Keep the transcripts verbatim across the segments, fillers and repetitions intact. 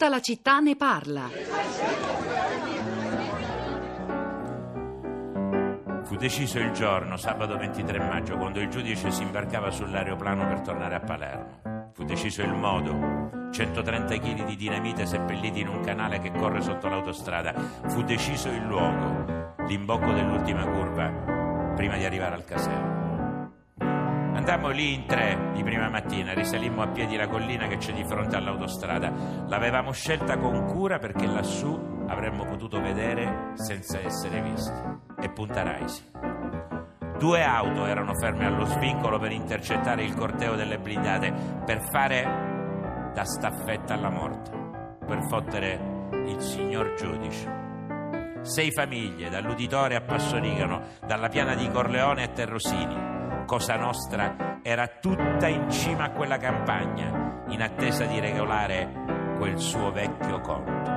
Tutta la città ne parla. Fu deciso il giorno, sabato ventitré maggio, quando il giudice si imbarcava sull'aeroplano per tornare a Palermo. Fu deciso il modo, centotrenta chili di dinamite seppelliti in un canale che corre sotto l'autostrada. Fu deciso il luogo, l'imbocco dell'ultima curva, prima di arrivare al casello. Andammo lì in tre di prima mattina, risalimmo a piedi la collina che c'è di fronte all'autostrada. L'avevamo scelta con cura perché lassù avremmo potuto vedere senza essere visti. E Punta Raisi. Due auto erano ferme allo svincolo per intercettare il corteo delle blindate, per fare da staffetta alla morte, per fottere il signor giudice. Sei famiglie, dall'uditore a Passorigano, dalla piana di Corleone a Terrosini. Cosa Nostra era tutta in cima a quella campagna, in attesa di regolare quel suo vecchio conto.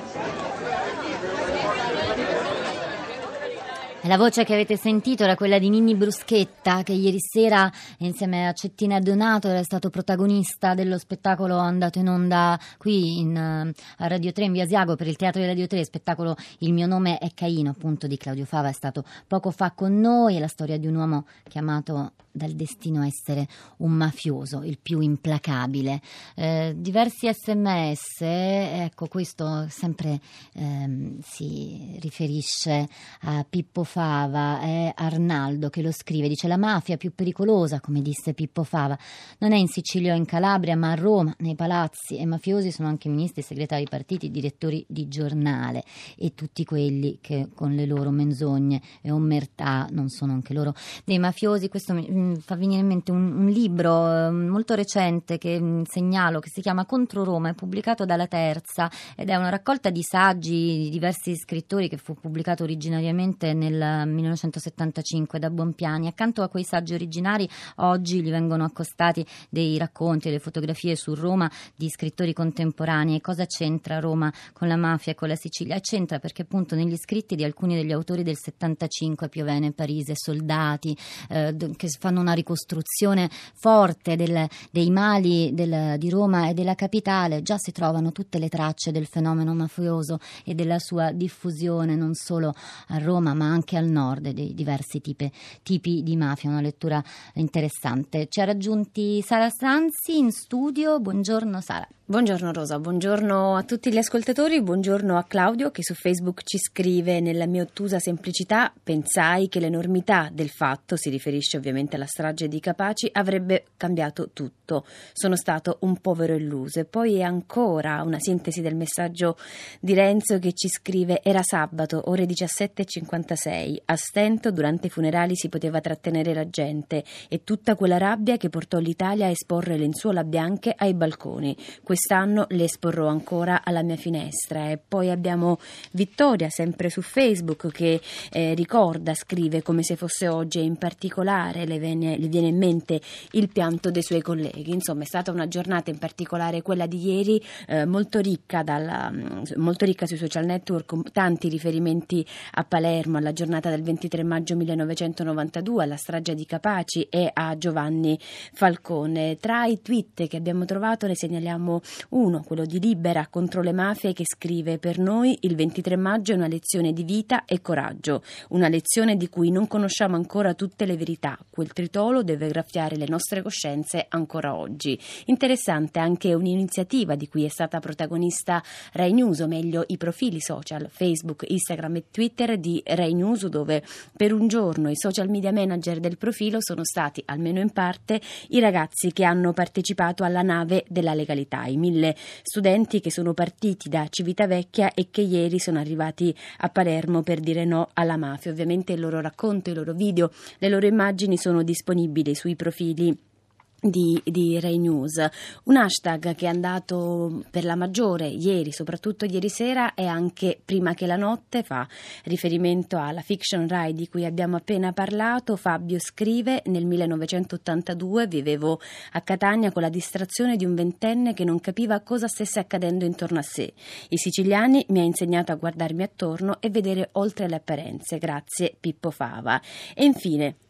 La voce che avete sentito era quella di Ninni Bruschetta, che ieri sera insieme a Cettina Donato era stato protagonista dello spettacolo andato in onda qui in, a Radio tre in Via Asiago per il Teatro di Radio tre, spettacolo Il mio nome è Caino, appunto, di Claudio Fava. È stato poco fa con noi, è la storia di un uomo chiamato dal destino a essere un mafioso, il più implacabile. Eh, diversi sms, ecco, questo sempre ehm, si riferisce a Pippo Fava, è Arnaldo che lo scrive, dice: la mafia più pericolosa, come disse Pippo Fava, non è in Sicilia o in Calabria, ma a Roma, nei palazzi, e mafiosi sono anche ministri, segretari di partiti, direttori di giornale, e tutti quelli che con le loro menzogne e omertà non sono anche loro dei mafiosi. Questo mi fa venire in mente un, un libro eh, molto recente che mh, segnalo, che si chiama Contro Roma, è pubblicato dalla Terza ed è una raccolta di saggi di diversi scrittori che fu pubblicato originariamente nel millenovecentosettantacinque da Bonpiani. Accanto a quei saggi originari oggi gli vengono accostati dei racconti e delle fotografie su Roma di scrittori contemporanei. E cosa c'entra Roma con la mafia e con la Sicilia? E c'entra perché appunto negli scritti di alcuni degli autori del settantacinque, Piovene, Parise, Soldati, eh, che fanno una ricostruzione forte del, dei mali del, di Roma e della capitale, già si trovano tutte le tracce del fenomeno mafioso e della sua diffusione non solo a Roma ma anche al nord, dei diversi tipi, tipi di mafia. Una lettura interessante. Ci ha raggiunti Sara Sanzi in studio. Buongiorno Sara. Buongiorno Rosa, buongiorno a tutti gli ascoltatori, buongiorno a Claudio che su Facebook ci scrive: nella mia ottusa semplicità pensai che l'enormità del fatto, si riferisce ovviamente alla strage di Capaci, avrebbe cambiato tutto. Sono stato un povero illuso. E poi è ancora una sintesi del messaggio di Renzo che ci scrive: era sabato, ore diciassette e cinquantasei, a stento durante i funerali si poteva trattenere la gente e tutta quella rabbia che portò l'Italia a esporre lenzuola bianche ai balconi. Quest'anno le esporrò ancora alla mia finestra. E poi abbiamo Vittoria, sempre su Facebook, che eh, ricorda, scrive come se fosse oggi, e in particolare le viene, le viene in mente il pianto dei suoi colleghi. Insomma, è stata una giornata, in particolare quella di ieri, eh, molto ricca dalla, molto ricca sui social network, con tanti riferimenti a Palermo, alla giornata del ventitré maggio millenovecentonovantadue, alla strage di Capaci e a Giovanni Falcone. Tra i tweet che abbiamo trovato ne segnaliamo uno, quello di Libera contro le mafie, che scrive: per noi il ventitré maggio è una lezione di vita e coraggio, una lezione di cui non conosciamo ancora tutte le verità, quel tritolo deve graffiare le nostre coscienze ancora oggi. Interessante anche un'iniziativa di cui è stata protagonista Rai News, o meglio i profili social Facebook, Instagram e Twitter di Rai News, dove per un giorno i social media manager del profilo sono stati, almeno in parte, i ragazzi che hanno partecipato alla nave della legalità, i mille studenti che sono partiti da Civitavecchia e che ieri sono arrivati a Palermo per dire no alla mafia. Ovviamente il loro racconto, i loro video, le loro immagini sono disponibili sui profili Di, di Rai News. Un hashtag che è andato per la maggiore ieri, soprattutto ieri sera, è anche Prima che la notte, fa riferimento alla fiction Rai di cui abbiamo appena parlato. Fabio scrive: nel millenovecentottantadue vivevo a Catania con la distrazione di un ventenne che non capiva cosa stesse accadendo intorno a sé. I siciliani mi ha insegnato a guardarmi attorno e vedere oltre le apparenze. Grazie Pippo Fava. E infine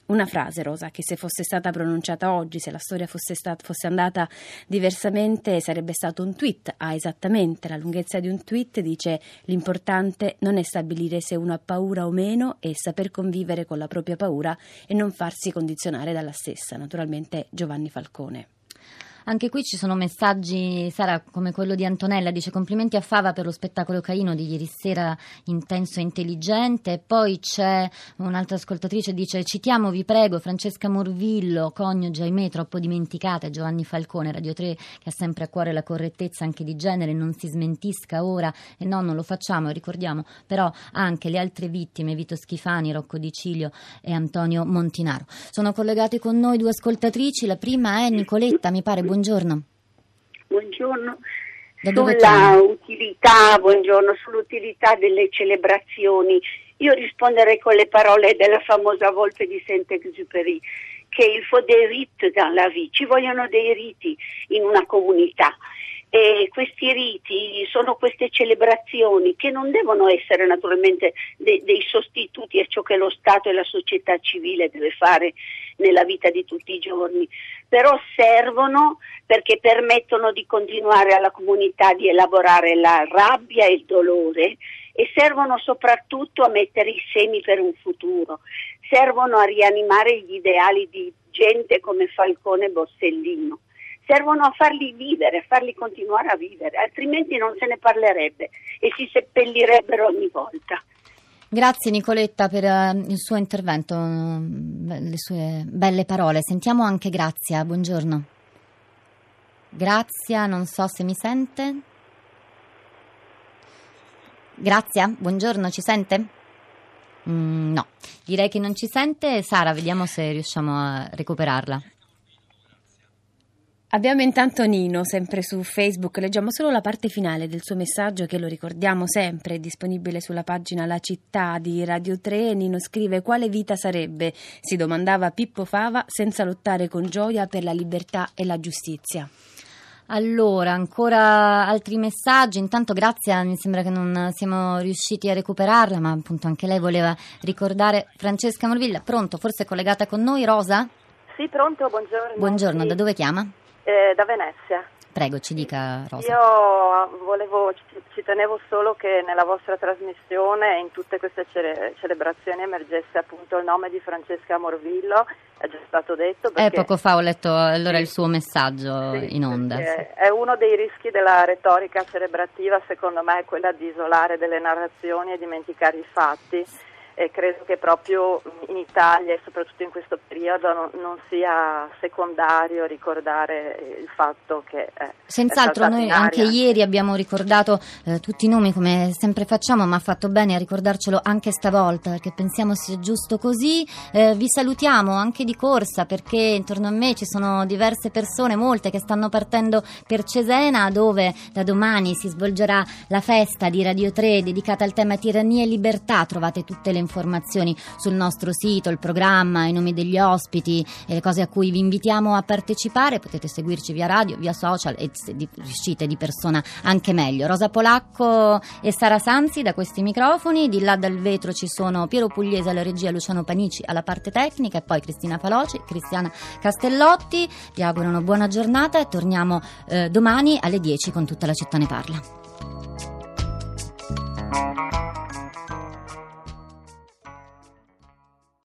Una frase, Rosa, che se fosse stata pronunciata oggi, se la storia fosse, stata, fosse andata diversamente, sarebbe stato un tweet. Ha esattamente la lunghezza di un tweet, dice: l'importante non è stabilire se uno ha paura o meno, è saper convivere con la propria paura e non farsi condizionare dalla stessa. Naturalmente Giovanni Falcone. Anche qui ci sono messaggi, Sara, come quello di Antonella, dice: complimenti a Fava per lo spettacolo Caino di ieri sera, intenso e intelligente. E poi c'è un'altra ascoltatrice, dice: citiamo, vi prego, Francesca Morvillo, coniuge, ahimè, troppo dimenticata, Giovanni Falcone, Radio tre, che ha sempre a cuore la correttezza anche di genere, non si smentisca ora. E no, non lo facciamo, ricordiamo però anche le altre vittime, Vito Schifani, Rocco Di Cilio e Antonio Montinaro. Sono collegate con noi due ascoltatrici, la prima è Nicoletta, mi pare. Buongiorno. Buongiorno. Da dove Sulla chiami? utilità, buongiorno, sull'utilità delle celebrazioni, io risponderei con le parole della famosa volpe di Saint-Exupéry, che il faut des rites dans la vie, ci vogliono dei riti in una comunità. E questi riti sono queste celebrazioni che non devono essere naturalmente de- dei sostituti a ciò che lo Stato e la società civile deve fare nella vita di tutti i giorni, però servono perché permettono di continuare alla comunità di elaborare la rabbia e il dolore, e servono soprattutto a mettere i semi per un futuro, servono a rianimare gli ideali di gente come Falcone e Borsellino. Servono a farli vivere, a farli continuare a vivere, altrimenti non se ne parlerebbe e si seppellirebbero ogni volta. Grazie Nicoletta per uh, il suo intervento, uh, le sue belle parole. Sentiamo anche Grazia, buongiorno. Grazia, non so se mi sente. Grazia, buongiorno, ci sente? Mm, no, direi che non ci sente. Sara, vediamo se riusciamo a recuperarla. Abbiamo intanto Nino, sempre su Facebook, leggiamo solo la parte finale del suo messaggio che, lo ricordiamo sempre, è disponibile sulla pagina La Città di Radio tre. Nino scrive: quale vita sarebbe, si domandava Pippo Fava, senza lottare con gioia per la libertà e la giustizia. Allora, ancora altri messaggi. Intanto Grazia, mi sembra che non siamo riusciti a recuperarla, ma appunto anche lei voleva ricordare Francesca Morvilla. Pronto, forse è collegata con noi, Rosa? Sì, pronto, buongiorno. Buongiorno, sì. Da dove chiama? Eh, da Venezia. Prego, ci dica, Rosa. Io volevo, ci, ci tenevo solo che nella vostra trasmissione, in tutte queste cele, celebrazioni, emergesse appunto il nome di Francesca Morvillo, è già stato detto. Perché, eh, poco fa ho letto allora sì, il suo messaggio sì, in onda. Sì. È uno dei rischi della retorica celebrativa, secondo me, è quella di isolare delle narrazioni e dimenticare i fatti. E credo che proprio in Italia e soprattutto in questo periodo non, non sia secondario ricordare il fatto che è senz'altro. Noi anche ieri abbiamo ricordato eh, tutti i nomi, come sempre facciamo, ma ha fatto bene a ricordarcelo anche stavolta, perché pensiamo sia giusto così. Eh, vi salutiamo anche di corsa, perché intorno a me ci sono diverse persone, molte che stanno partendo per Cesena, dove da domani si svolgerà la festa di Radio tre dedicata al tema tirannia e libertà. Trovate tutte le informazioni sul nostro sito, il programma, i nomi degli ospiti e le cose a cui vi invitiamo a partecipare. Potete seguirci via radio, via social, e se di, riuscite di persona anche meglio. Rosa Polacco e Sara Sanzi da questi microfoni, di là dal vetro ci sono Piero Pugliese alla regia, Luciano Panici alla parte tecnica e poi Cristina Faloci, Cristiana Castellotti. Vi auguro una buona giornata e torniamo eh, domani alle dieci con Tutta la città ne parla.